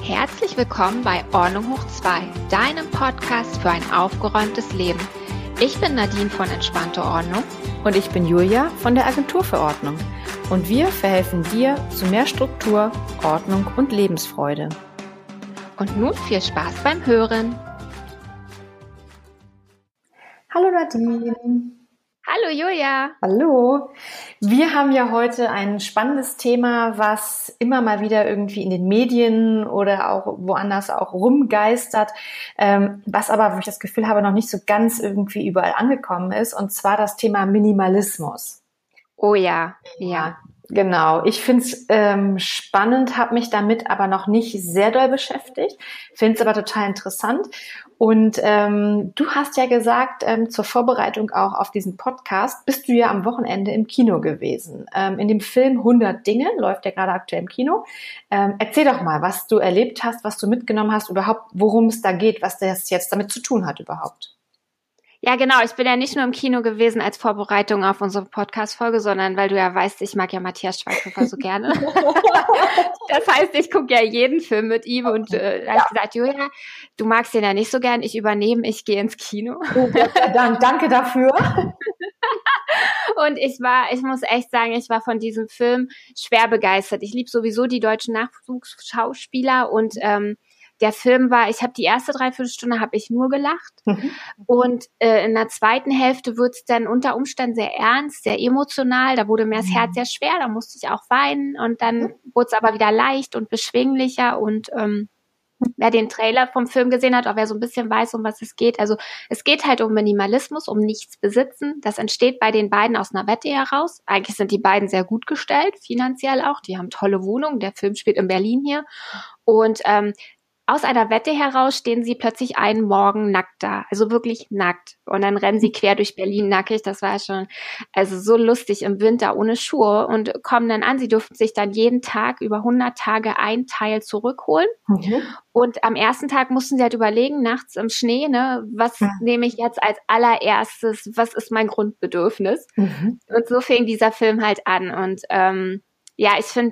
Herzlich willkommen bei Ordnung hoch 2, deinem Podcast für ein aufgeräumtes Leben. Ich bin Nadine von Entspannte Ordnung. Und ich bin Julia von der Agentur für Ordnung. Und wir verhelfen dir zu mehr Struktur, Ordnung und Lebensfreude. Und nun viel Spaß beim Hören. Hallo Nadine. Hallo Julia. Hallo. Wir haben ja heute ein spannendes Thema, was immer mal wieder irgendwie in den Medien oder auch woanders auch rumgeistert, was aber, wo ich das Gefühl habe, noch nicht so ganz irgendwie überall angekommen ist, und zwar das Thema Minimalismus. Oh ja, ja. Genau, ich finde es spannend, habe mich damit aber noch nicht sehr doll beschäftigt, finde es aber total interessant. Und du hast ja gesagt, zur Vorbereitung auch auf diesen Podcast, bist du ja am Wochenende im Kino gewesen. In dem Film 100 Dinge, läuft ja gerade aktuell im Kino. Erzähl doch mal, was du erlebt hast, was du mitgenommen hast, überhaupt, worum es da geht, was das jetzt damit zu tun hat überhaupt. Ja, genau. Ich bin ja nicht nur im Kino gewesen als Vorbereitung auf unsere Podcast-Folge, sondern weil du ja weißt, ich mag ja Matthias Schweighöfer so gerne. Das heißt, ich gucke ja jeden Film mit ihm und da habe ich gesagt, Julia, du magst den ja nicht so gern, ich übernehme, ich gehe ins Kino. Danke dafür. Und ich muss echt sagen, ich war von diesem Film schwer begeistert. Ich liebe sowieso die deutschen Nachwuchsschauspieler und der Film war, ich habe die erste Dreiviertelstunde habe ich nur gelacht und in der zweiten Hälfte wird es dann unter Umständen sehr ernst, sehr emotional, da wurde mir das Herz sehr schwer, da musste ich auch weinen und dann wurde es aber wieder leicht und beschwinglicher und wer den Trailer vom Film gesehen hat, auch wer so ein bisschen weiß, um was es geht, also es geht halt um Minimalismus, um nichts besitzen, das entsteht bei den beiden aus einer Wette heraus, eigentlich sind die beiden sehr gut gestellt, finanziell auch, die haben tolle Wohnungen, der Film spielt in Berlin hier und aus einer Wette heraus stehen sie plötzlich einen Morgen nackt da, also wirklich nackt. Und dann rennen sie quer durch Berlin nackig, das war schon also so lustig im Winter ohne Schuhe und kommen dann an, sie durften sich dann jeden Tag über 100 Tage ein Teil zurückholen. Und am ersten Tag mussten sie halt überlegen, nachts im Schnee, ne, was nehme ich jetzt als allererstes, was ist mein Grundbedürfnis? Und so fing dieser Film halt an. Und ja, ich finde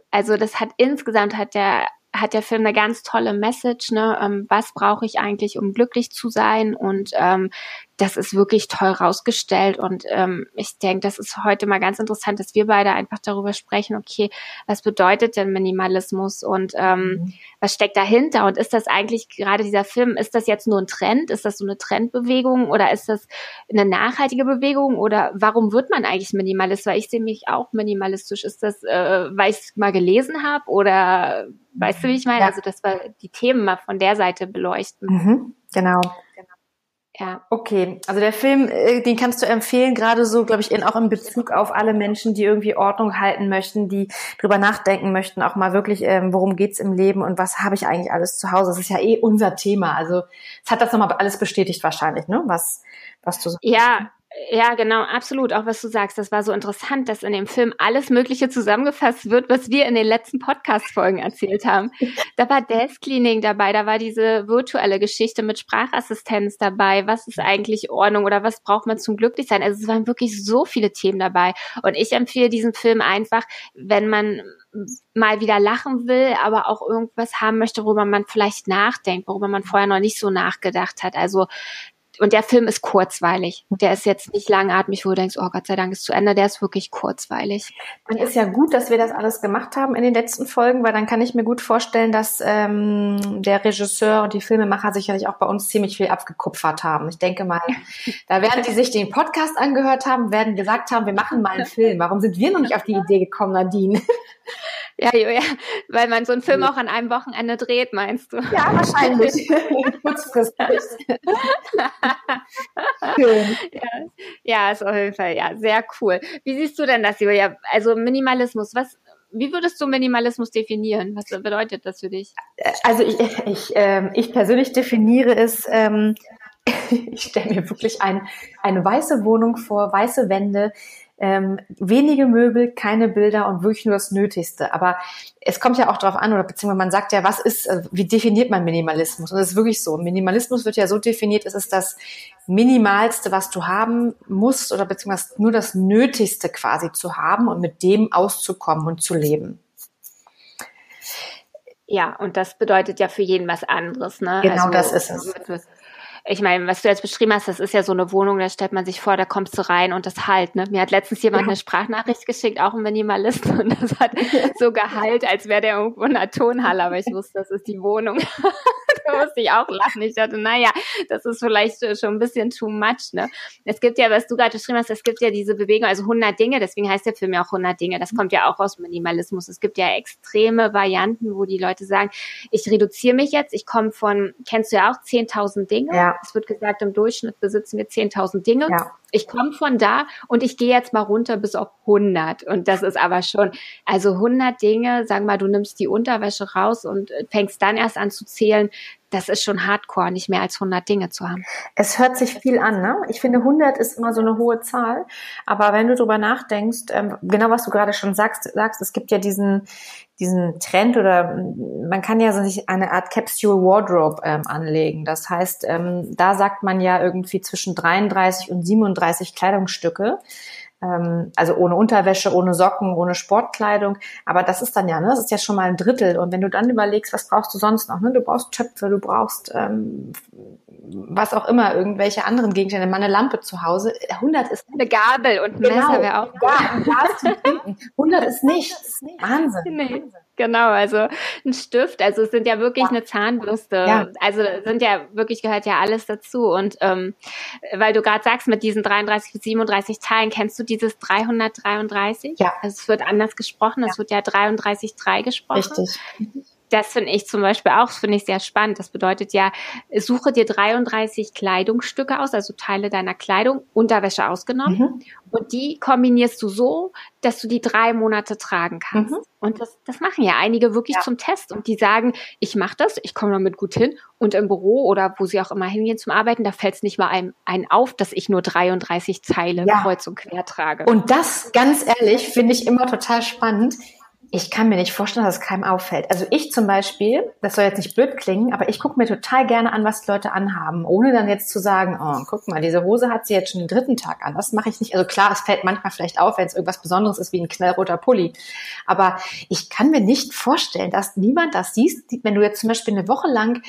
hat der Film eine ganz tolle Message, ne? Was brauche ich eigentlich, um glücklich zu sein? Und das ist wirklich toll rausgestellt. Und ich denke, das ist heute mal ganz interessant, dass wir beide einfach darüber sprechen, okay, was bedeutet denn Minimalismus und was steckt dahinter? Und ist das eigentlich gerade dieser Film, ist das jetzt nur ein Trend? Ist das so eine Trendbewegung oder ist das eine nachhaltige Bewegung? Oder warum wird man eigentlich Minimalist? Weil ich sehe mich auch minimalistisch. Ist das, weil ich es mal gelesen habe? Oder weißt du, wie ich meine? Ja. Also, dass wir die Themen mal von der Seite beleuchten. Genau. Ja. Okay, also der Film, den kannst du empfehlen, gerade so, glaube ich, auch in Bezug auf alle Menschen, die irgendwie Ordnung halten möchten, die drüber nachdenken möchten, auch mal wirklich, worum geht's im Leben und was habe ich eigentlich alles zu Hause? Das ist ja unser Thema. Also es hat das nochmal alles bestätigt wahrscheinlich, ne? Was du sagst. Ja, genau, absolut. Auch was du sagst, das war so interessant, dass in dem Film alles Mögliche zusammengefasst wird, was wir in den letzten Podcast-Folgen erzählt haben. Da war Desk Cleaning dabei, da war diese virtuelle Geschichte mit Sprachassistenz dabei. Was ist eigentlich Ordnung oder was braucht man zum Glücklichsein? Also es waren wirklich so viele Themen dabei. Und ich empfehle diesen Film einfach, wenn man mal wieder lachen will, aber auch irgendwas haben möchte, worüber man vielleicht nachdenkt, worüber man vorher noch nicht so nachgedacht hat. Also und der Film ist kurzweilig. Der ist jetzt nicht langatmig, wo du denkst, oh Gott sei Dank ist zu Ende. Der ist wirklich kurzweilig. Dann ist ja gut, dass wir das alles gemacht haben in den letzten Folgen, weil dann kann ich mir gut vorstellen, dass der Regisseur und die Filmemacher sicherlich auch bei uns ziemlich viel abgekupfert haben. Ich denke mal, da werden die sich den Podcast angehört haben, werden gesagt haben, wir machen mal einen Film. Warum sind wir noch nicht auf die Idee gekommen, Nadine? Ja, weil man so einen Film auch an einem Wochenende dreht, meinst du? Ja, wahrscheinlich. Kurzfristig. Schön. Ja, ist auf jeden Fall sehr cool. Wie siehst du denn das, Julia? Also Minimalismus, wie würdest du Minimalismus definieren? Was bedeutet das für dich? Also ich persönlich definiere es, ich stelle mir wirklich eine weiße Wohnung vor, weiße Wände, wenige Möbel, keine Bilder und wirklich nur das Nötigste. Aber es kommt ja auch darauf an, oder beziehungsweise man sagt ja, wie definiert man Minimalismus? Und es ist wirklich so. Minimalismus wird ja so definiert, es ist das Minimalste, was du haben musst, oder beziehungsweise nur das Nötigste quasi zu haben und mit dem auszukommen und zu leben. Ja, und das bedeutet ja für jeden was anderes, ne? Genau, also, das ist es. Ich meine, was du jetzt beschrieben hast, das ist ja so eine Wohnung, da stellt man sich vor, da kommst du rein und das halt, ne? Mir hat letztens jemand eine Sprachnachricht geschickt, auch ein Minimalist, und das hat so gehalt, als wäre der irgendwo in einer Tonhalle, aber ich wusste, das ist die Wohnung. Da musste ich auch lachen. Ich dachte, naja, das ist vielleicht schon ein bisschen too much, ne? Es gibt ja, was du gerade beschrieben hast, es gibt ja diese Bewegung, also 100 Dinge, deswegen heißt der Film ja auch 100 Dinge. Das kommt ja auch aus Minimalismus. Es gibt ja extreme Varianten, wo die Leute sagen, ich reduziere mich jetzt, ich komme von, kennst du ja auch, 10.000 Dinge. Ja. Es wird gesagt, im Durchschnitt besitzen wir 10.000 Dinge. Ja. Ich komme von da und ich gehe jetzt mal runter bis auf 100. Und das ist aber schon, also 100 Dinge, sagen wir mal, du nimmst die Unterwäsche raus und fängst dann erst an zu zählen. Das ist schon hardcore, nicht mehr als 100 Dinge zu haben. Es hört sich viel an, ne? Ich finde, 100 ist immer so eine hohe Zahl. Aber wenn du drüber nachdenkst, genau was du gerade schon sagst, es gibt ja diesen Trend, oder man kann ja so sich eine Art Capsule Wardrobe anlegen. Das heißt, da sagt man ja irgendwie zwischen 33 und 37 Kleidungsstücke. Also ohne Unterwäsche, ohne Socken, ohne Sportkleidung. Aber das ist dann ja, ne, das ist ja schon mal ein Drittel. Und wenn du dann überlegst, was brauchst du sonst noch, ne? Du brauchst Töpfe, du brauchst was auch immer, irgendwelche anderen Gegenstände, mal eine Lampe zu Hause. 100 ist eine Gabel und ein Messer wäre auch. Ja, ein Glas zu trinken. 100 ist nichts. Wahnsinn. Nee. Genau, also ein Stift, also es sind ja wirklich eine Zahnbürste, also sind ja wirklich, gehört ja alles dazu. Und weil du gerade sagst, mit diesen 33 bis 37 Teilen, kennst du dieses 333? Ja. Also es wird anders gesprochen, es wird ja 33,3 gesprochen. Richtig. Das finde ich zum Beispiel auch, das finde ich sehr spannend. Das bedeutet ja, suche dir 33 Kleidungsstücke aus, also Teile deiner Kleidung, Unterwäsche ausgenommen. Und die kombinierst du so, dass du die 3 Monate tragen kannst. Und das machen ja einige wirklich zum Test. Und die sagen, ich mache das, ich komme damit gut hin. Und im Büro oder wo sie auch immer hingehen zum Arbeiten, da fällt es nicht mal einem auf, dass ich nur 33 Teile kreuz und quer trage. Und das, ganz ehrlich, finde ich immer total spannend. Ich kann mir nicht vorstellen, dass es keinem auffällt. Also ich zum Beispiel, das soll jetzt nicht blöd klingen, aber ich gucke mir total gerne an, was die Leute anhaben, ohne dann jetzt zu sagen, oh, guck mal, diese Hose hat sie jetzt schon den 3. Tag an. Das mache ich nicht. Also klar, es fällt manchmal vielleicht auf, wenn es irgendwas Besonderes ist, wie ein knallroter Pulli. Aber ich kann mir nicht vorstellen, dass niemand das sieht, wenn du jetzt zum Beispiel eine Woche lang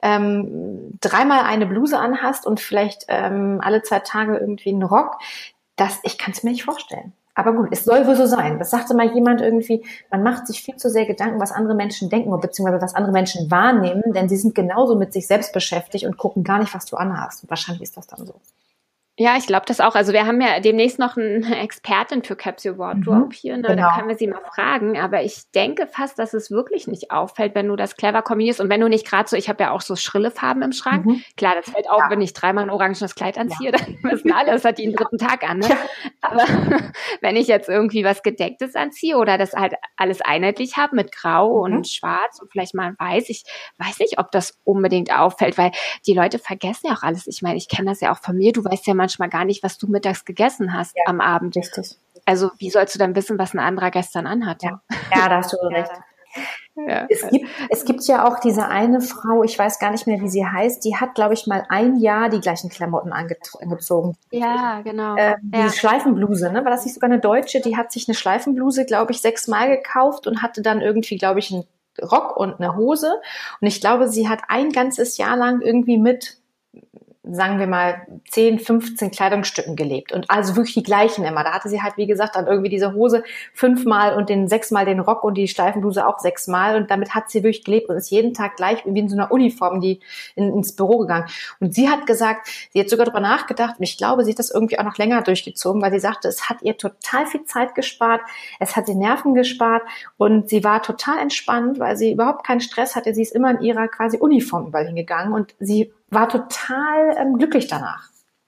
3-mal eine Bluse anhast und vielleicht alle 2 Tage irgendwie einen Rock. Ich kann es mir nicht vorstellen. Aber gut, es soll wohl so sein. Das sagte mal jemand irgendwie, man macht sich viel zu sehr Gedanken, was andere Menschen denken, beziehungsweise was andere Menschen wahrnehmen, denn sie sind genauso mit sich selbst beschäftigt und gucken gar nicht, was du anhast. Und wahrscheinlich ist das dann so. Ja, ich glaube das auch. Also wir haben ja demnächst noch eine Expertin für Capsule Wardrobe hier, ne? Genau. Da können wir sie mal fragen. Aber ich denke fast, dass es wirklich nicht auffällt, wenn du das clever kombinierst. Und wenn du nicht gerade so, ich habe ja auch so schrille Farben im Schrank. Klar, das fällt auf, wenn ich 3-mal ein orangenes Kleid anziehe, dann wissen alle, das hat die einen 3. Tag an. Ne? Aber wenn ich jetzt irgendwie was Gedecktes anziehe oder das halt alles einheitlich habe mit Grau und Schwarz und vielleicht mal Weiß, ich weiß nicht, ob das unbedingt auffällt, weil die Leute vergessen ja auch alles. Ich meine, ich kenne das ja auch von mir. Du weißt ja manchmal gar nicht, was du mittags gegessen hast am Abend. Richtig. Also wie sollst du dann wissen, was ein anderer gestern anhat? Ja, da hast du recht. Ja. Es gibt ja auch diese eine Frau, ich weiß gar nicht mehr, wie sie heißt, die hat, glaube ich, mal ein Jahr die gleichen Klamotten angezogen. Ja, genau. Diese Schleifenbluse, ne? War das nicht sogar eine Deutsche? Die hat sich eine Schleifenbluse, glaube ich, 6-mal gekauft und hatte dann irgendwie, glaube ich, einen Rock und eine Hose. Und ich glaube, sie hat ein ganzes Jahr lang irgendwie mit, sagen wir mal, 10, 15 Kleidungsstücken gelebt und also wirklich die gleichen immer. Da hatte sie halt, wie gesagt, dann irgendwie diese Hose 5-mal und 6-mal den Rock und die Schleifenbluse auch 6-mal und damit hat sie wirklich gelebt und ist jeden Tag gleich wie in so einer Uniform ins Büro gegangen. Und sie hat gesagt, sie hat sogar darüber nachgedacht und ich glaube, sie hat das irgendwie auch noch länger durchgezogen, weil sie sagte, es hat ihr total viel Zeit gespart, es hat die Nerven gespart und sie war total entspannt, weil sie überhaupt keinen Stress hatte. Sie ist immer in ihrer quasi Uniform überall hingegangen und sie war total glücklich danach.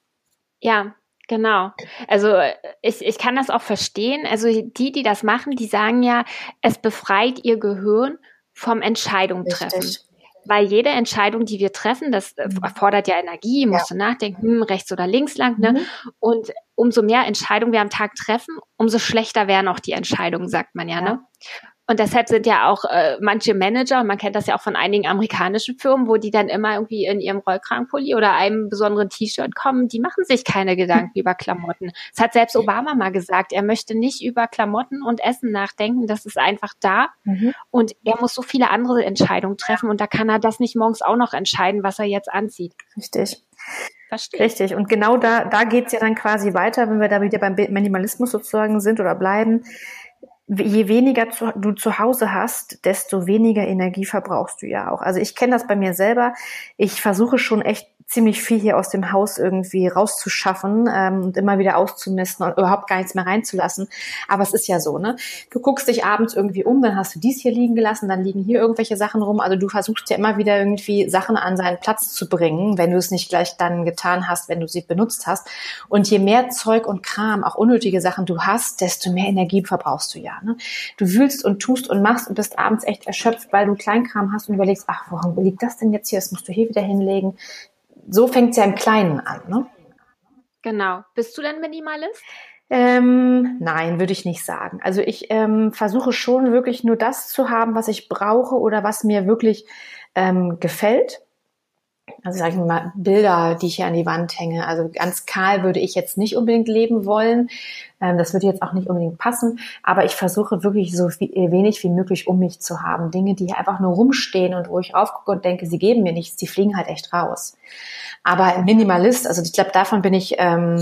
Ja, genau. Also ich kann das auch verstehen. Also die das machen, die sagen ja, es befreit ihr Gehirn vom Entscheidung treffen. Richtig. Weil jede Entscheidung, die wir treffen, das erfordert ja Energie, musst du nachdenken, rechts oder links lang, ne? Und umso mehr Entscheidungen wir am Tag treffen, umso schlechter werden auch die Entscheidungen, sagt man ja, ne? Und deshalb sind ja auch manche Manager, und man kennt das ja auch von einigen amerikanischen Firmen, wo die dann immer irgendwie in ihrem Rollkragenpulli oder einem besonderen T-Shirt kommen, die machen sich keine Gedanken über Klamotten. Das hat selbst Obama mal gesagt, er möchte nicht über Klamotten und Essen nachdenken, das ist einfach da. Und er muss so viele andere Entscheidungen treffen und da kann er das nicht morgens auch noch entscheiden, was er jetzt anzieht. Richtig. Verstehe. Richtig. Und genau da geht's ja dann quasi weiter, wenn wir da wieder beim Minimalismus sozusagen sind oder bleiben. Je weniger du zu Hause hast, desto weniger Energie verbrauchst du ja auch. Also ich kenne das bei mir selber. Ich versuche schon echt ziemlich viel hier aus dem Haus irgendwie rauszuschaffen und immer wieder auszumisten und überhaupt gar nichts mehr reinzulassen. Aber es ist ja so, ne? Du guckst dich abends irgendwie um, dann hast du dies hier liegen gelassen, dann liegen hier irgendwelche Sachen rum. Also du versuchst ja immer wieder irgendwie Sachen an seinen Platz zu bringen, wenn du es nicht gleich dann getan hast, wenn du sie benutzt hast. Und je mehr Zeug und Kram, auch unnötige Sachen du hast, desto mehr Energie verbrauchst du ja. Ne? Du wühlst und tust und machst und bist abends echt erschöpft, weil du Kleinkram hast und überlegst, ach, woran liegt das denn jetzt hier? Das musst du hier wieder hinlegen. So fängt es ja im Kleinen an, ne? Genau. Bist du denn Minimalist? Nein, würde ich nicht sagen. Also ich versuche schon wirklich nur das zu haben, was ich brauche oder was mir wirklich gefällt. Also sage ich mal, Bilder, die ich hier an die Wand hänge. Also ganz kahl würde ich jetzt nicht unbedingt leben wollen. Das würde jetzt auch nicht unbedingt passen. Aber ich versuche wirklich so wenig wie möglich um mich zu haben. Dinge, die hier einfach nur rumstehen und wo ich raufgucke und denke, sie geben mir nichts, die fliegen halt echt raus. Aber Minimalist, also ich glaube, davon bin ich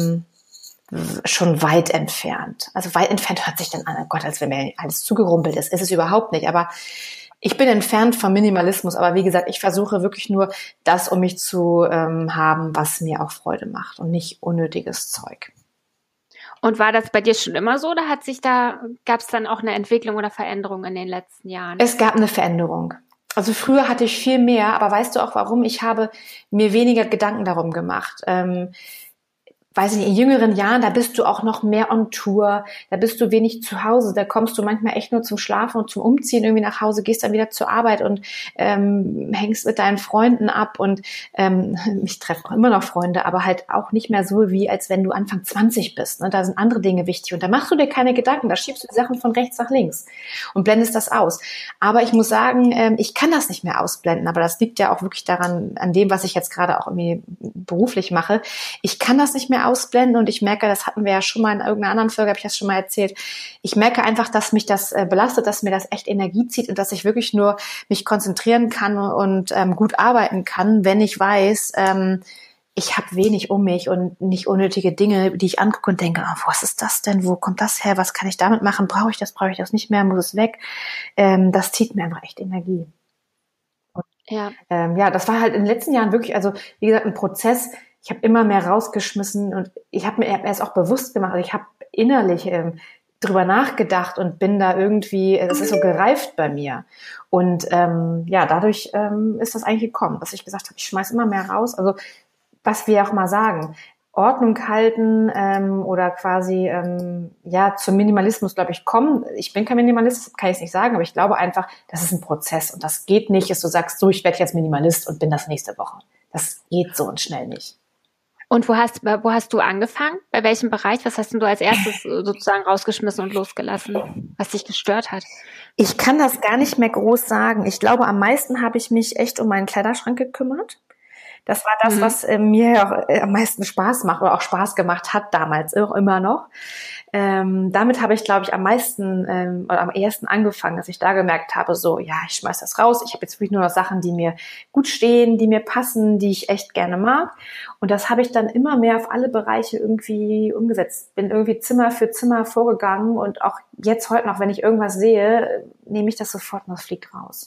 schon weit entfernt. Also weit entfernt hört sich dann an, oh Gott, als wenn mir alles zugerumpelt ist. Ist es überhaupt nicht. Aber ich bin entfernt vom Minimalismus, aber wie gesagt, ich versuche wirklich nur das um mich zu haben, was mir auch Freude macht und nicht unnötiges Zeug. Und war das bei dir schon immer so oder gab es dann auch eine Entwicklung oder Veränderung in den letzten Jahren? Es gab eine Veränderung. Also früher hatte ich viel mehr, aber weißt du auch warum? Ich habe mir weniger Gedanken darum gemacht. Weiß ich nicht, in jüngeren Jahren, da bist du auch noch mehr on Tour, da bist du wenig zu Hause, da kommst du manchmal echt nur zum Schlafen und zum Umziehen irgendwie nach Hause, gehst dann wieder zur Arbeit und hängst mit deinen Freunden ab und ich treffe auch immer noch Freunde, aber halt auch nicht mehr so, wie als wenn du Anfang 20 bist. Ne? Da sind andere Dinge wichtig und da machst du dir keine Gedanken, da schiebst du die Sachen von rechts nach links und blendest das aus. Aber ich muss sagen, ich kann das nicht mehr ausblenden, aber das liegt ja auch wirklich daran, an dem, was ich jetzt gerade auch irgendwie beruflich mache. Ich kann das nicht mehr ausblenden und ich merke, das hatten wir ja schon mal in irgendeiner anderen Folge, habe ich das schon mal erzählt, ich merke einfach, dass mich das belastet, dass mir das echt Energie zieht und dass ich wirklich nur mich konzentrieren kann und gut arbeiten kann, wenn ich weiß, ich habe wenig um mich und nicht unnötige Dinge, die ich angucke und denke, oh, was ist das denn, wo kommt das her, was kann ich damit machen, brauche ich das nicht mehr, muss es weg, das zieht mir einfach echt Energie. Und, ja, das war halt in den letzten Jahren wirklich, also wie gesagt, ein Prozess. Ich habe immer mehr rausgeschmissen und ich habe mir erst auch bewusst gemacht, also ich habe innerlich drüber nachgedacht und bin da irgendwie, das ist so gereift bei mir. Und ja, dadurch ist das eigentlich gekommen, dass ich gesagt habe, ich schmeiß immer mehr raus. Also was wir auch mal sagen, Ordnung halten oder quasi ja zum Minimalismus, glaube ich, kommen. Ich bin kein Minimalist, kann ich es nicht sagen, aber ich glaube einfach, das ist ein Prozess und das geht nicht, dass du sagst, so, ich werde jetzt Minimalist und bin das nächste Woche. Das geht so und schnell nicht. Und wo hast du angefangen? Bei welchem Bereich? Was hast denn du als erstes sozusagen rausgeschmissen und losgelassen, was dich gestört hat? Ich kann das gar nicht mehr groß sagen. Ich glaube, am meisten habe ich mich echt um meinen Kleiderschrank gekümmert. Das war das, was mir ja auch am meisten Spaß macht oder auch Spaß gemacht hat damals, auch immer noch. Damit habe ich, glaube ich, am meisten oder am ersten angefangen, dass ich da gemerkt habe, so, ja, ich schmeiß das raus. Ich habe jetzt wirklich nur noch Sachen, die mir gut stehen, die mir passen, die ich echt gerne mag. Und das habe ich dann immer mehr auf alle Bereiche irgendwie umgesetzt. Bin irgendwie Zimmer für Zimmer vorgegangen und auch jetzt heute noch, wenn ich irgendwas sehe, nehme ich das sofort und das fliegt raus.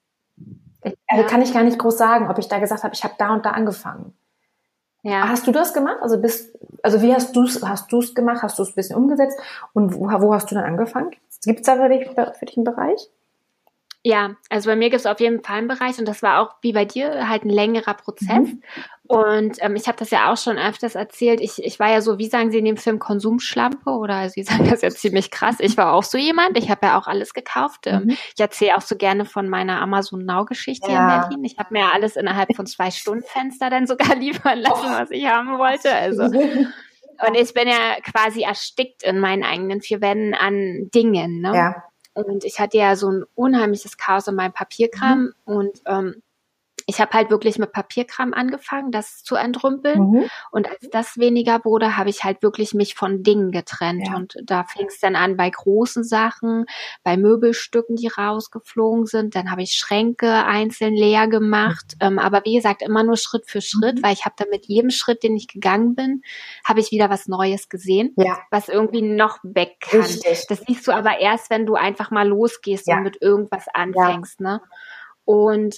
Also kann ich gar nicht groß sagen, ob ich da gesagt habe, ich habe da und da angefangen. Ja. Hast du das gemacht? Also wie hast du es gemacht? Hast du es ein bisschen umgesetzt? Und wo hast du dann angefangen? Gibt es da für dich einen Bereich? Ja, also bei mir gibt es auf jeden Fall einen Bereich und das war auch wie bei dir halt ein längerer Prozess. Und ich habe das ja auch schon öfters erzählt. Ich war ja so, wie sagen Sie in dem Film, Konsumschlampe oder Sie sagen das ja ziemlich krass. Ich war auch so jemand. Ich habe ja auch alles gekauft. Ich erzähle auch so gerne von meiner Amazon Now-Geschichte in Berlin. Ich habe mir ja alles innerhalb von 2-Stunden-Fenster dann sogar liefern lassen, was ich haben wollte. Also und ich bin ja quasi erstickt in meinen eigenen 4 Wänden an Dingen. Ne? Ja. Und ich hatte ja so ein unheimliches Chaos in meinem Papierkram und ich habe halt wirklich mit Papierkram angefangen, das zu entrümpeln. Und als das weniger wurde, habe ich halt wirklich mich von Dingen getrennt. Ja. Und da fing es dann an bei großen Sachen, bei Möbelstücken, die rausgeflogen sind. Dann habe ich Schränke einzeln leer gemacht. Aber wie gesagt, immer nur Schritt für Schritt, weil ich habe dann mit jedem Schritt, den ich gegangen bin, habe ich wieder was Neues gesehen, was irgendwie noch weg kann. Richtig. Das siehst du aber erst, wenn du einfach mal losgehst und mit irgendwas anfängst, ne? Und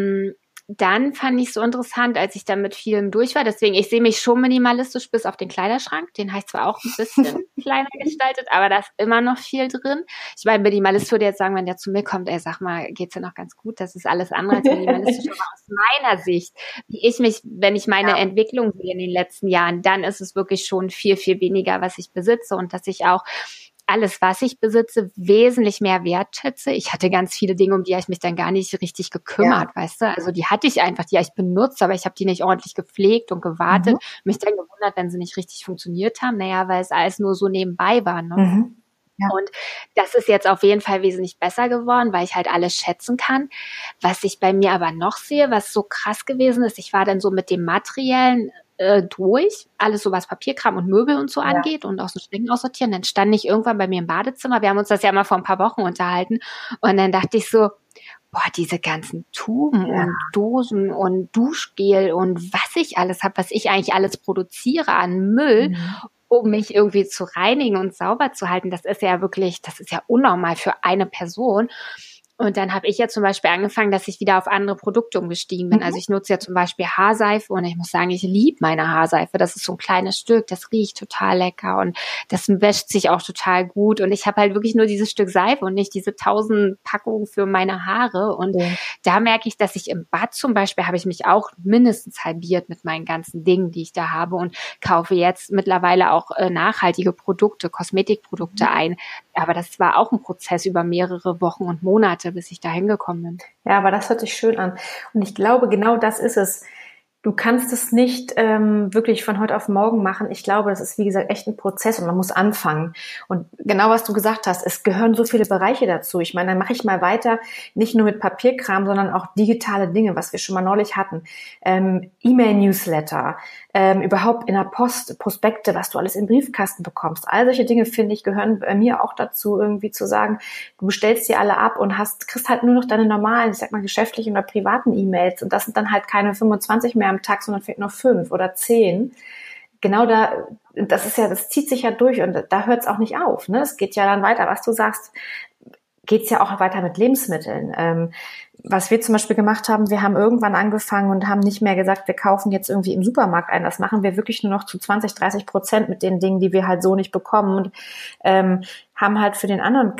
dann fand ich so interessant, als ich dann mit vielem durch war. Deswegen, ich sehe mich schon minimalistisch bis auf den Kleiderschrank. Den habe ich zwar auch ein bisschen kleiner gestaltet, aber da ist immer noch viel drin. Ich meine, Minimalist würde jetzt sagen, wenn der zu mir kommt, ey, sag mal, geht's dir noch ganz gut? Das ist alles andere als minimalistisch. Aber aus meiner Sicht, wie ich mich, wenn ich meine Entwicklung sehe in den letzten Jahren, dann ist es wirklich schon viel, viel weniger, was ich besitze und dass ich auch alles, was ich besitze, wesentlich mehr wertschätze. Ich hatte ganz viele Dinge, um die habe ich mich dann gar nicht richtig gekümmert, weißt du? Also die hatte ich einfach, die habe ich benutzt, aber ich habe die nicht ordentlich gepflegt und gewartet. Mich dann gewundert, wenn sie nicht richtig funktioniert haben. Naja, weil es alles nur so nebenbei war, ne? Ja. Und das ist jetzt auf jeden Fall wesentlich besser geworden, weil ich halt alles schätzen kann. Was ich bei mir aber noch sehe, was so krass gewesen ist, ich war dann so mit dem Materiellen durch, alles so was Papierkram und Möbel und so angeht und aus den Schränken aussortieren. Dann stand ich irgendwann bei mir im Badezimmer, wir haben uns das ja mal vor ein paar Wochen unterhalten und dann dachte ich so, boah, diese ganzen Tuben und Dosen und Duschgel und was ich alles habe, was ich eigentlich alles produziere an Müll, um mich irgendwie zu reinigen und sauber zu halten, das ist ja wirklich, das ist ja unnormal für eine Person. Und dann habe ich ja zum Beispiel angefangen, dass ich wieder auf andere Produkte umgestiegen bin. Also ich nutze ja zum Beispiel Haarseife und ich muss sagen, ich liebe meine Haarseife. Das ist so ein kleines Stück, das riecht total lecker und das wäscht sich auch total gut. Und ich habe halt wirklich nur dieses Stück Seife und nicht diese 1000 Packungen für meine Haare. Und da merke ich, dass ich im Bad zum Beispiel habe ich mich auch mindestens halbiert mit meinen ganzen Dingen, die ich da habe und kaufe jetzt mittlerweile auch nachhaltige Produkte, Kosmetikprodukte ein. Aber das war auch ein Prozess über mehrere Wochen und Monate, bis ich da hingekommen bin. Ja, aber das hört sich schön an. Und ich glaube, genau das ist es. Du kannst es nicht wirklich von heute auf morgen machen. Ich glaube, das ist, wie gesagt, echt ein Prozess und man muss anfangen. Und genau, was du gesagt hast, es gehören so viele Bereiche dazu. Ich meine, dann mache ich mal weiter, nicht nur mit Papierkram, sondern auch digitale Dinge, was wir schon mal neulich hatten. E-Mail-Newsletter, überhaupt in der Post, Prospekte, was du alles im Briefkasten bekommst. All solche Dinge, finde ich, gehören bei mir auch dazu, irgendwie zu sagen, du bestellst die alle ab und kriegst halt nur noch deine normalen, ich sag mal, geschäftlichen oder privaten E-Mails. Und das sind dann halt keine 25 mehr am Tag, sondern vielleicht noch 5 oder 10. Genau das zieht sich ja durch und da hört es auch nicht auf, ne? Es geht ja dann weiter, was du sagst, geht's ja auch weiter mit Lebensmitteln. Was wir zum Beispiel gemacht haben, wir haben irgendwann angefangen und haben nicht mehr gesagt, wir kaufen jetzt irgendwie im Supermarkt ein. Das machen wir wirklich nur noch zu 20-30% mit den Dingen, die wir halt so nicht bekommen und haben halt für den anderen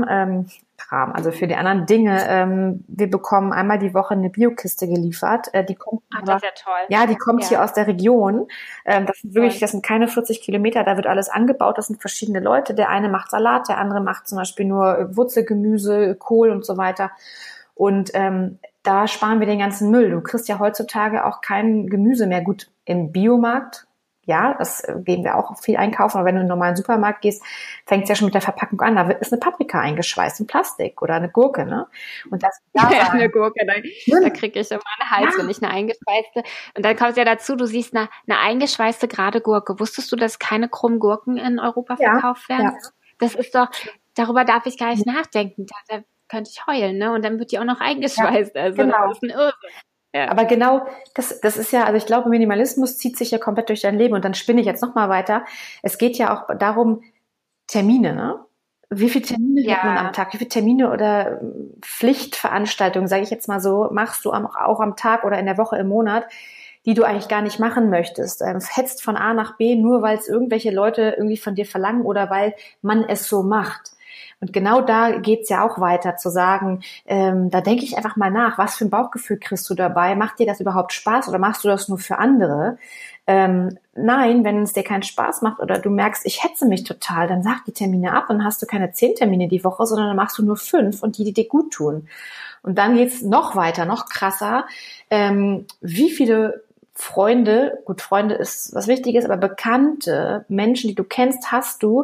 also für die anderen Dinge, wir bekommen einmal die Woche eine Biokiste geliefert. Die kommt das ist ja toll. Ja, die kommt hier aus der Region. Das sind keine 40 Kilometer, da wird alles angebaut, das sind verschiedene Leute. Der eine macht Salat, der andere macht zum Beispiel nur Wurzelgemüse, Kohl und so weiter. Und da sparen wir den ganzen Müll. Du kriegst ja heutzutage auch kein Gemüse mehr. Gut, im Biomarkt, ja, das gehen wir auch viel einkaufen, aber wenn du in einen normalen Supermarkt gehst, fängt es ja schon mit der Verpackung an. Da ist eine Paprika eingeschweißt in Plastik oder eine Gurke, ne? Und das eine Gurke, da kriege ich immer einen Hals, wenn ich eine eingeschweißte. Und dann kommt es ja dazu, du siehst eine eingeschweißte gerade Gurke. Wusstest du, dass keine krummen Gurken in Europa verkauft werden? Ja. Das ist doch, darüber darf ich gar nicht nachdenken. Da könnte ich heulen, ne? Und dann wird die auch noch eingeschweißt. Ja, also genau. Das ist ein Irrsinn. Ja. Aber genau, das ist ja, also ich glaube, Minimalismus zieht sich ja komplett durch dein Leben und dann spinne ich jetzt nochmal weiter. Es geht ja auch darum, Termine, ne? Wie viele Termine hat man am Tag? Wie viele Termine oder Pflichtveranstaltungen, sage ich jetzt mal so, machst du auch am Tag oder in der Woche, im Monat, die du eigentlich gar nicht machen möchtest? Hetzt von A nach B, nur weil es irgendwelche Leute irgendwie von dir verlangen oder weil man es so macht. Und genau da geht's ja auch weiter, zu sagen, da denke ich einfach mal nach, was für ein Bauchgefühl kriegst du dabei? Macht dir das überhaupt Spaß oder machst du das nur für andere? Nein, wenn es dir keinen Spaß macht oder du merkst, ich hetze mich total, dann sag die Termine ab und hast du keine 10 Termine die Woche, sondern dann machst du nur 5 und die dir gut tun. Und dann geht's noch weiter, noch krasser. Wie viele Freunde, gut, Freunde ist was Wichtiges, aber bekannte Menschen, die du kennst, hast du,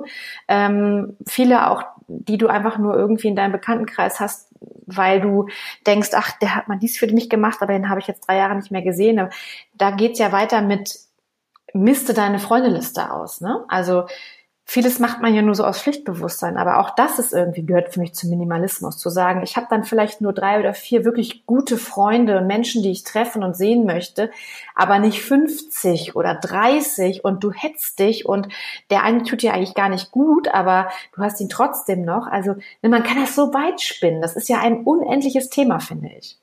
viele auch, die du einfach nur irgendwie in deinem Bekanntenkreis hast, weil du denkst, ach, der hat mal dies für mich gemacht, aber den habe ich jetzt 3 Jahre nicht mehr gesehen. Aber da geht's ja weiter mit, misste deine Freundeliste aus, ne? Also vieles macht man ja nur so aus Pflichtbewusstsein, aber auch das ist irgendwie, gehört für mich zum Minimalismus, zu sagen, ich habe dann vielleicht nur 3 oder 4 wirklich gute Freunde und Menschen, die ich treffen und sehen möchte, aber nicht 50 oder 30 und du hetzt dich und der eine tut dir eigentlich gar nicht gut, aber du hast ihn trotzdem noch. Also man kann das so weit spinnen, das ist ja ein unendliches Thema, finde ich.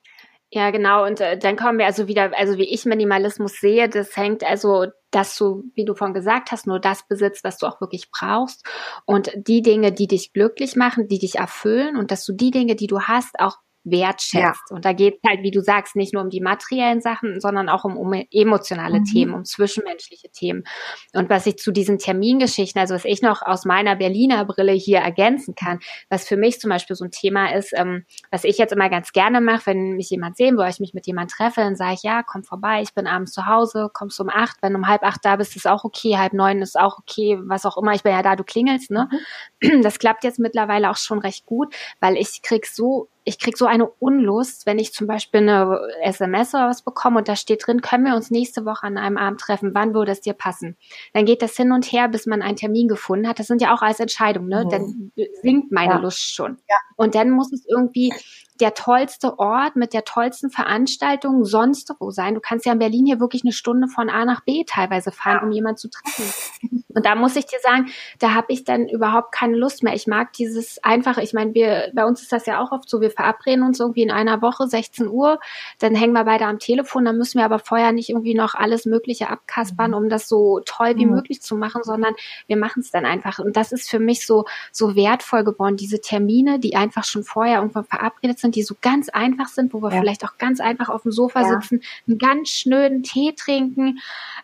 Ja, genau. Und dann kommen wir also wieder, also wie ich Minimalismus sehe, das hängt also, dass du, wie du vorhin gesagt hast, nur das besitzt, was du auch wirklich brauchst und die Dinge, die dich glücklich machen, die dich erfüllen und dass du die Dinge, die du hast, auch wertschätzt. Ja. Und da geht es halt, wie du sagst, nicht nur um die materiellen Sachen, sondern auch um emotionale Themen, um zwischenmenschliche Themen. Und was ich zu diesen Termingeschichten, also was ich noch aus meiner Berliner Brille hier ergänzen kann, was für mich zum Beispiel so ein Thema ist, was ich jetzt immer ganz gerne mache, wenn mich jemand sehen will, ich mich mit jemand treffe, dann sage ich, ja, komm vorbei, ich bin abends zu Hause, kommst um 8, wenn du um 7:30 da bist, ist auch okay, 8:30 ist auch okay, was auch immer, ich bin ja da, du klingelst, ne? Das klappt jetzt mittlerweile auch schon recht gut, weil ich krieg so eine Unlust, wenn ich zum Beispiel eine SMS oder was bekomme und da steht drin, können wir uns nächste Woche an einem Abend treffen, wann würde es dir passen? Dann geht das hin und her, bis man einen Termin gefunden hat. Das sind ja auch alles Entscheidungen, ne? Dann sinkt meine Lust schon. Ja. Und dann muss es irgendwie der tollste Ort mit der tollsten Veranstaltung sonst wo sein. Du kannst ja in Berlin hier wirklich 1 Stunde von A nach B teilweise fahren, um jemanden zu treffen. Und da muss ich dir sagen, da habe ich dann überhaupt keine Lust mehr. Ich mag dieses Einfache, ich meine, bei uns ist das ja auch oft so, wir verabreden uns irgendwie in einer Woche, 16 Uhr, dann hängen wir beide am Telefon, dann müssen wir aber vorher nicht irgendwie noch alles Mögliche abkaspern, um das so toll wie möglich zu machen, sondern wir machen es dann einfach. Und das ist für mich so wertvoll geworden, diese Termine, die einfach schon vorher irgendwann verabredet sind, die so ganz einfach sind, wo wir vielleicht auch ganz einfach auf dem Sofa sitzen, einen ganz schnöden Tee trinken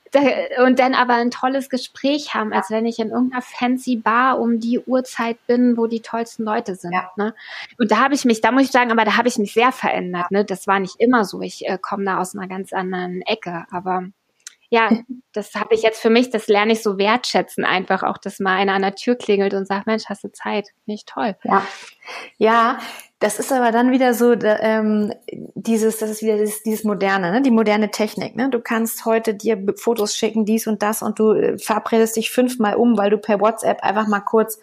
und dann aber ein tolles Gespräch haben, als wenn ich in irgendeiner fancy Bar um die Uhrzeit bin, wo die tollsten Leute sind. Ja. Ne? Und da muss ich sagen, aber da habe ich mich sehr verändert. Ne? Das war nicht immer so. Ich komme da aus einer ganz anderen Ecke, aber ja, das habe ich jetzt für mich, das lerne ich so wertschätzen einfach auch, dass mal einer an der Tür klingelt und sagt, Mensch, hast du Zeit? Finde ich toll. Ja, das ist aber dann wieder so, dieses Moderne, ne? Die moderne Technik, ne? Du kannst heute dir Fotos schicken, dies und das und du verabredest dich 5-mal weil du per WhatsApp einfach mal kurz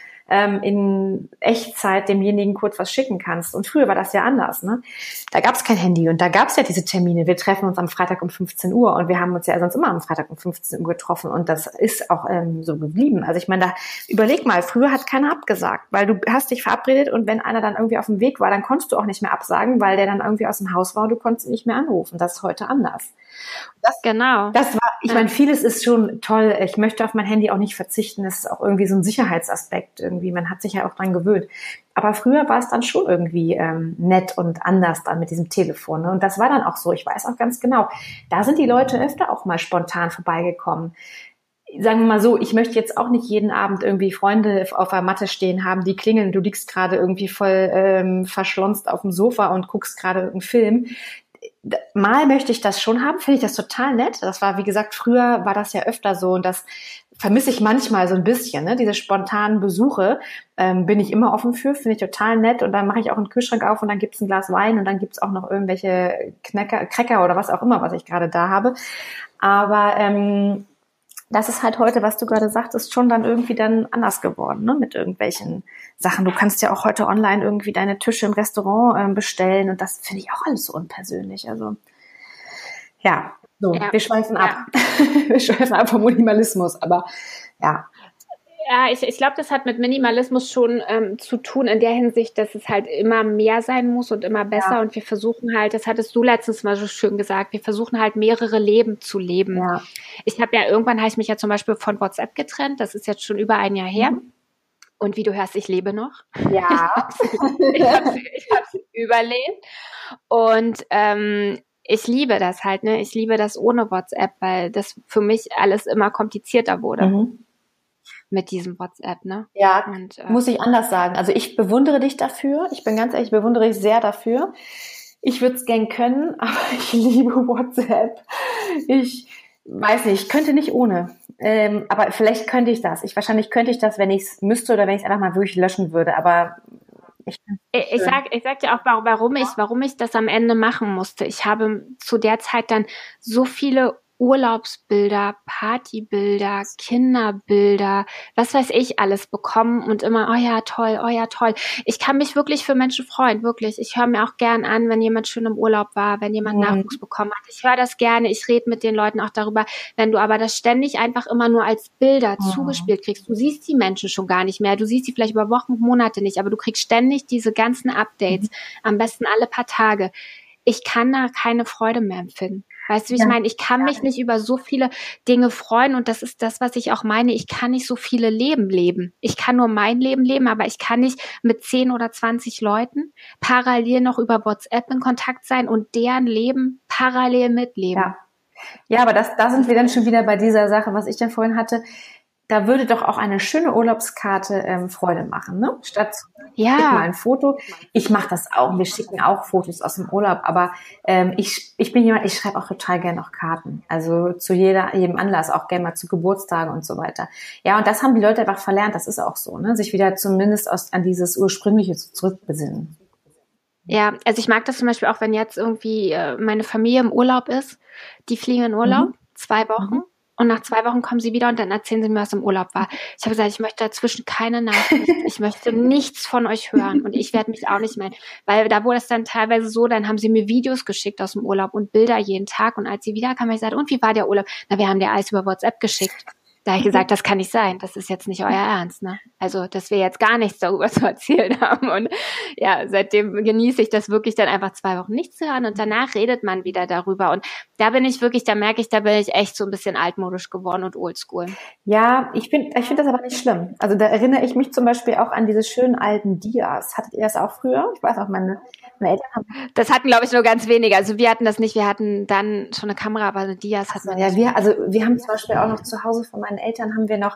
in Echtzeit demjenigen kurz was schicken kannst. Und früher war das ja anders, ne? Da gab es kein Handy und da gab es ja diese Termine. Wir treffen uns am Freitag um 15 Uhr und wir haben uns ja sonst immer am Freitag um 15 Uhr getroffen und das ist auch so geblieben. Also ich meine, da überleg mal, früher hat keiner abgesagt, weil du hast dich verabredet und wenn einer dann irgendwie auf dem Weg war, dann konntest du auch nicht mehr absagen, weil der dann irgendwie aus dem Haus war und du konntest ihn nicht mehr anrufen. Das ist heute anders. Ich meine, vieles ist schon toll. Ich möchte auf mein Handy auch nicht verzichten. Das ist auch irgendwie so ein Sicherheitsaspekt irgendwie. Man hat sich ja auch dran gewöhnt. Aber früher war es dann schon irgendwie nett und anders dann mit diesem Telefon. Ne? Und das war dann auch so. Ich weiß auch ganz genau. Da sind die Leute öfter auch mal spontan vorbeigekommen. Sagen wir mal so, ich möchte jetzt auch nicht jeden Abend irgendwie Freunde auf der Matte stehen haben, die klingeln. Du liegst gerade irgendwie voll verschlonzt auf dem Sofa und guckst gerade irgendeinen Film. Mal möchte ich das schon haben, finde ich das total nett. Das war, wie gesagt, früher war das ja öfter so und das vermisse ich manchmal so ein bisschen, ne? Diese spontanen Besuche bin ich immer offen für, finde ich total nett und dann mache ich auch einen Kühlschrank auf und dann gibt's ein Glas Wein und dann gibt's auch noch irgendwelche Cracker oder was auch immer, was ich gerade da habe. Aber das ist halt heute, was du gerade sagtest, schon dann irgendwie dann anders geworden, ne, mit irgendwelchen Sachen. Du kannst ja auch heute online irgendwie deine Tische im Restaurant bestellen und das finde ich auch alles so unpersönlich. Also ja, so, wir schweifen ab. Wir schweifen ab vom Minimalismus, aber ja. Ja, ich glaube, das hat mit Minimalismus schon zu tun in der Hinsicht, dass es halt immer mehr sein muss und immer besser und wir versuchen halt, das hattest du letztens mal so schön gesagt, wir versuchen halt mehrere Leben zu leben. Ja. Irgendwann habe ich mich ja zum Beispiel von WhatsApp getrennt, das ist jetzt schon über 1 Jahr her. Und wie du hörst, ich lebe noch. Ja. Ich hab's überlebt. Und ich liebe das halt, ne? Ich liebe das ohne WhatsApp, weil das für mich alles immer komplizierter wurde. Mit diesem WhatsApp, ne? Ja, und, muss ich anders sagen. Also ich bewundere dich dafür. Ich bin ganz ehrlich, bewundere dich sehr dafür. Ich würde es gern können, aber ich liebe WhatsApp. Ich weiß nicht, ich könnte nicht ohne. Aber vielleicht könnte ich das. Wahrscheinlich könnte ich das, wenn ich es müsste oder wenn ich es einfach mal wirklich löschen würde. Aber ich sag dir auch, warum ich das am Ende machen musste. Ich habe zu der Zeit dann so viele Urlaubsbilder, Partybilder, Kinderbilder, was weiß ich alles bekommen und immer, oh ja, toll, oh ja, toll. Ich kann mich wirklich für Menschen freuen, wirklich. Ich höre mir auch gern an, wenn jemand schön im Urlaub war, wenn jemand Nachwuchs bekommen hat. Ich höre das gerne, ich rede mit den Leuten auch darüber. Wenn du aber das ständig einfach immer nur als Bilder zugespielt kriegst, du siehst die Menschen schon gar nicht mehr, du siehst sie vielleicht über Wochen, Monate nicht, aber du kriegst ständig diese ganzen Updates, am besten alle paar Tage. Ich kann da keine Freude mehr empfinden. Weißt du, wie ich meine? Ich kann mich nicht über so viele Dinge freuen und das ist das, was ich auch meine. Ich kann nicht so viele Leben leben. Ich kann nur mein Leben leben, aber ich kann nicht mit 10 oder 20 Leuten parallel noch über WhatsApp in Kontakt sein und deren Leben parallel mitleben. Ja, aber da sind wir dann schon wieder bei dieser Sache, was ich ja vorhin hatte. Da würde doch auch eine schöne Urlaubskarte Freude machen, ne? Statt mal ein Foto. Ich mache das auch. Wir schicken auch Fotos aus dem Urlaub. Aber ich bin jemand, ich schreibe auch total gerne noch Karten. Also zu jedem Anlass, auch gerne mal zu Geburtstagen und so weiter. Ja, und das haben die Leute einfach verlernt. Das ist auch so, ne? Sich wieder zumindest an dieses Ursprüngliche zurückbesinnen. Ja, also ich mag das zum Beispiel auch, wenn jetzt irgendwie meine Familie im Urlaub ist. Die fliegen in Urlaub, 2 Wochen. Und nach 2 Wochen kommen sie wieder und dann erzählen sie mir, was im Urlaub war. Ich habe gesagt, ich möchte dazwischen keine Nachricht. Ich möchte nichts von euch hören und ich werde mich auch nicht melden. Weil da wurde es dann teilweise so, dann haben sie mir Videos geschickt aus dem Urlaub und Bilder jeden Tag. Und als sie wiederkamen, habe ich gesagt, und wie war der Urlaub? Na, wir haben dir alles über WhatsApp geschickt. Da habe ich gesagt, das kann nicht sein. Das ist jetzt nicht euer Ernst, ne? Also, dass wir jetzt gar nichts darüber zu erzählen haben. Und ja, seitdem genieße ich das wirklich dann einfach 2 Wochen nichts zu hören und danach redet man wieder darüber. Und da bin ich wirklich, da merke ich, da bin ich echt so ein bisschen altmodisch geworden und oldschool. Ja, ich finde das aber nicht schlimm. Also da erinnere ich mich zum Beispiel auch an diese schönen alten Dias. Hattet ihr das auch früher? Ich weiß auch, meine Eltern haben... Das hatten, glaube ich, nur ganz wenige. Also wir hatten das nicht. Wir hatten dann schon eine Kamera, aber eine Dias hatten wir nicht. Wir haben zum Beispiel auch noch zu Hause von meinen Eltern haben wir noch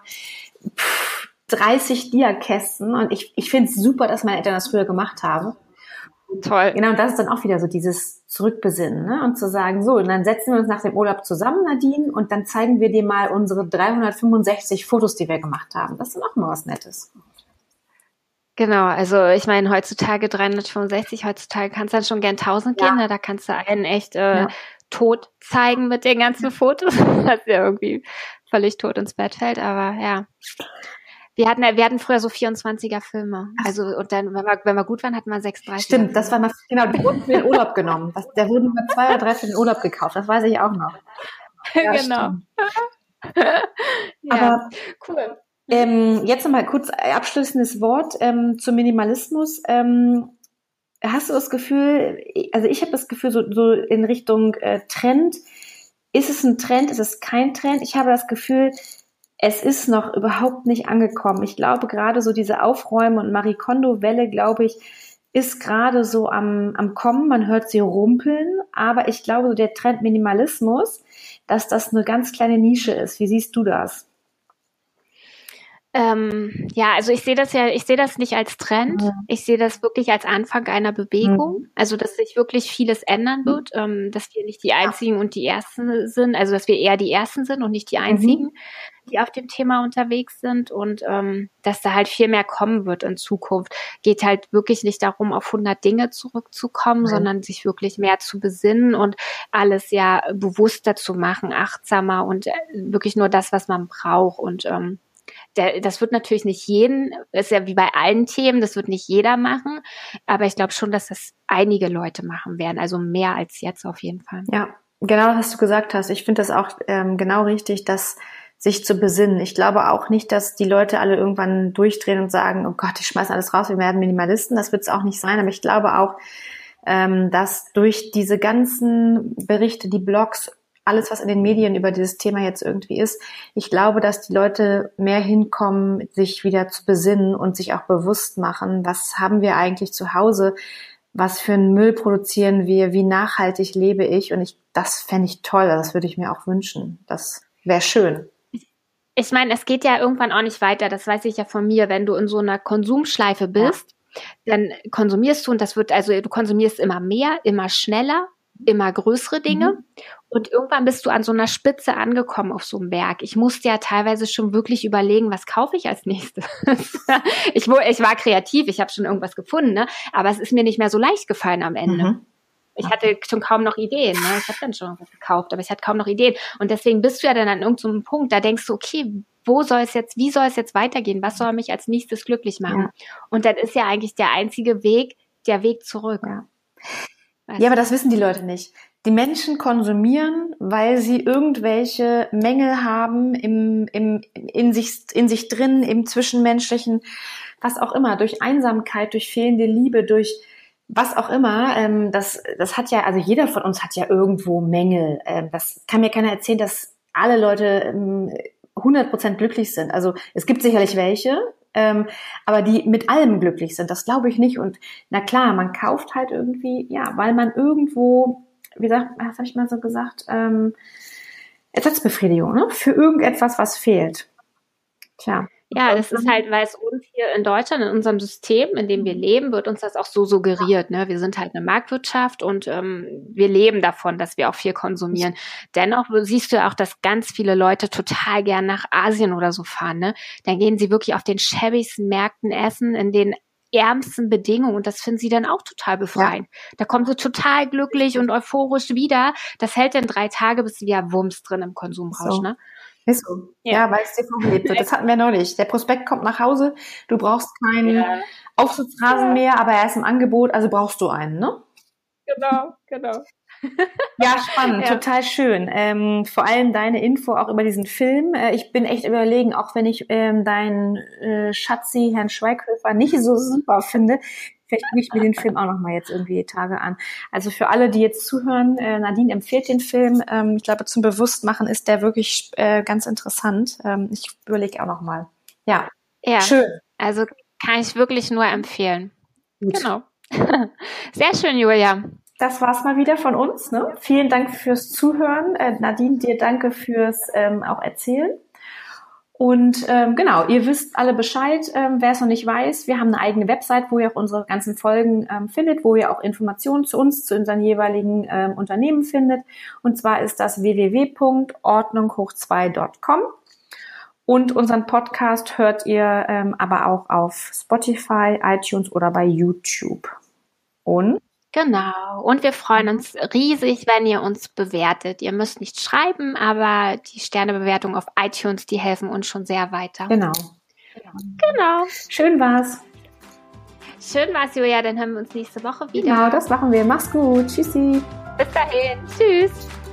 30 Diakästen und ich finde es super, dass meine Eltern das früher gemacht haben. Toll. Genau, und das ist dann auch wieder so dieses Zurückbesinnen, ne? Und zu sagen, so, und dann setzen wir uns nach dem Urlaub zusammen, Nadine, und dann zeigen wir dir mal unsere 365 Fotos, die wir gemacht haben. Das ist dann auch mal was Nettes. Genau, also ich meine, heutzutage 365, heutzutage kannst du dann schon gern 1000 gehen, ne? Da kannst du einen echt tot zeigen mit den ganzen Fotos, dass der irgendwie völlig tot ins Bett fällt, aber ja. Wir hatten früher so 24er Filme. Also, und dann, wenn wir gut waren, hatten wir 36. Stimmt, das war mal, genau, die wurden für den Urlaub genommen. Der wurden mal 2 oder 3 für den Urlaub gekauft. Das weiß ich auch noch. Ja, genau. Ja, aber cool. Jetzt nochmal kurz abschließendes Wort zum Minimalismus. Hast du das Gefühl, also ich habe das Gefühl, so in Richtung Trend, ist es ein Trend, ist es kein Trend? Ich habe das Gefühl, es ist noch überhaupt nicht angekommen. Ich glaube, gerade so diese Aufräumen- und Marie Kondo-Welle, glaube ich, ist gerade so am Kommen. Man hört sie rumpeln, aber ich glaube, so der Trend Minimalismus, dass das eine ganz kleine Nische ist. Wie siehst du das? Ja, also ich sehe das nicht als Trend. Ich sehe das wirklich als Anfang einer Bewegung. Also, dass sich wirklich vieles ändern wird, dass wir nicht die Einzigen und die Ersten sind, also dass wir eher die Ersten sind und nicht die Einzigen, die auf dem Thema unterwegs sind und dass da halt viel mehr kommen wird in Zukunft. Geht halt wirklich nicht darum, auf 100 Dinge zurückzukommen, sondern sich wirklich mehr zu besinnen und alles ja bewusster zu machen, achtsamer und wirklich nur das, was man braucht und das wird natürlich nicht ist ja wie bei allen Themen, das wird nicht jeder machen, aber ich glaube schon, dass das einige Leute machen werden, also mehr als jetzt auf jeden Fall. Ja, genau, was du gesagt hast. Ich finde das auch genau richtig, dass sich zu besinnen. Ich glaube auch nicht, dass die Leute alle irgendwann durchdrehen und sagen, oh Gott, ich schmeiß alles raus, wir werden Minimalisten. Das wird es auch nicht sein, aber ich glaube auch, dass durch diese ganzen Berichte, die Blogs, alles, was in den Medien über dieses Thema jetzt irgendwie ist, ich glaube, dass die Leute mehr hinkommen, sich wieder zu besinnen und sich auch bewusst machen, was haben wir eigentlich zu Hause, was für einen Müll produzieren wir, wie nachhaltig lebe ich und das fände ich toll, das würde ich mir auch wünschen, das wäre schön. Ich meine, es geht ja irgendwann auch nicht weiter, das weiß ich ja von mir, wenn du in so einer Konsumschleife bist, dann konsumierst du und du konsumierst immer mehr, immer schneller, immer größere Dinge. Und irgendwann bist du an so einer Spitze angekommen auf so einem Berg. Ich musste ja teilweise schon wirklich überlegen, was kaufe ich als nächstes. Ich war kreativ, ich habe schon irgendwas gefunden, ne? Aber es ist mir nicht mehr so leicht gefallen am Ende. Ich hatte schon kaum noch Ideen. Ne? Ich habe dann schon was gekauft, aber ich hatte kaum noch Ideen. Und deswegen bist du ja dann an irgendeinem Punkt, da denkst du, okay, wie soll es jetzt weitergehen? Was soll mich als nächstes glücklich machen? Ja. Und dann ist ja eigentlich der einzige Weg, der Weg zurück. Ja, aber das wissen die Leute nicht. Die Menschen konsumieren, weil sie irgendwelche Mängel haben in sich drin, im Zwischenmenschlichen, was auch immer, durch Einsamkeit, durch fehlende Liebe, durch was auch immer. Das hat ja, also jeder von uns hat ja irgendwo Mängel. Das kann mir keiner erzählen, dass alle Leute 100% glücklich sind. Also es gibt sicherlich welche, aber die mit allem glücklich sind, das glaube ich nicht. Und na klar, man kauft halt irgendwie, ja, weil man irgendwo, was habe ich mal so gesagt, Ersatzbefriedigung, ne? Für irgendetwas, was fehlt. Tja. Ja, das ist halt, weil es uns hier in Deutschland, in unserem System, in dem wir leben, wird uns das auch so suggeriert. Ne? Wir sind halt eine Marktwirtschaft und wir leben davon, dass wir auch viel konsumieren. Dennoch siehst du ja auch, dass ganz viele Leute total gern nach Asien oder so fahren. Ne? Dann gehen sie wirklich auf den schäbigsten Märkten essen, in den ärmsten Bedingungen, und das finden sie dann auch total befreiend. Ja. Da kommen sie total glücklich und euphorisch wieder. Das hält dann 3 Tage, bis sie wieder Wumms drin im Konsumrausch. So. Ne? Ist so. Ja, weil es dir vorgelebt wird. Das hatten wir neulich. Der Prospekt kommt nach Hause, du brauchst keinen Aufsitzrasen mehr, aber er ist im Angebot, also brauchst du einen, ne? Genau. Ja, spannend, total schön. Vor allem deine Info auch über diesen Film. Ich bin echt überlegen, auch wenn ich deinen Schatzi, Herrn Schweighöfer, nicht so super finde, vielleicht gucke ich mir den Film auch noch mal jetzt irgendwie die Tage an. Also für alle, die jetzt zuhören, Nadine empfiehlt den Film. Ich glaube, zum Bewusstmachen ist der wirklich ganz interessant. Ich überlege auch noch mal. Ja, schön. Also kann ich wirklich nur empfehlen. Gut. Genau. Sehr schön, Julia. Das war's mal wieder von uns. Ne? Vielen Dank fürs Zuhören. Nadine, dir danke fürs auch Erzählen. Und genau, ihr wisst alle Bescheid, wer es noch nicht weiß. Wir haben eine eigene Website, wo ihr auch unsere ganzen Folgen findet, wo ihr auch Informationen zu uns, zu unseren jeweiligen Unternehmen findet. Und zwar ist das www.ordnunghoch2.com. Und unseren Podcast hört ihr aber auch auf Spotify, iTunes oder bei YouTube. Und? Genau. Und wir freuen uns riesig, wenn ihr uns bewertet. Ihr müsst nicht schreiben, aber die Sternebewertung auf iTunes, die helfen uns schon sehr weiter. Genau. Schön war's, Julia. Dann hören wir uns nächste Woche wieder. Genau, das machen wir. Mach's gut. Tschüssi. Bis dahin. Tschüss.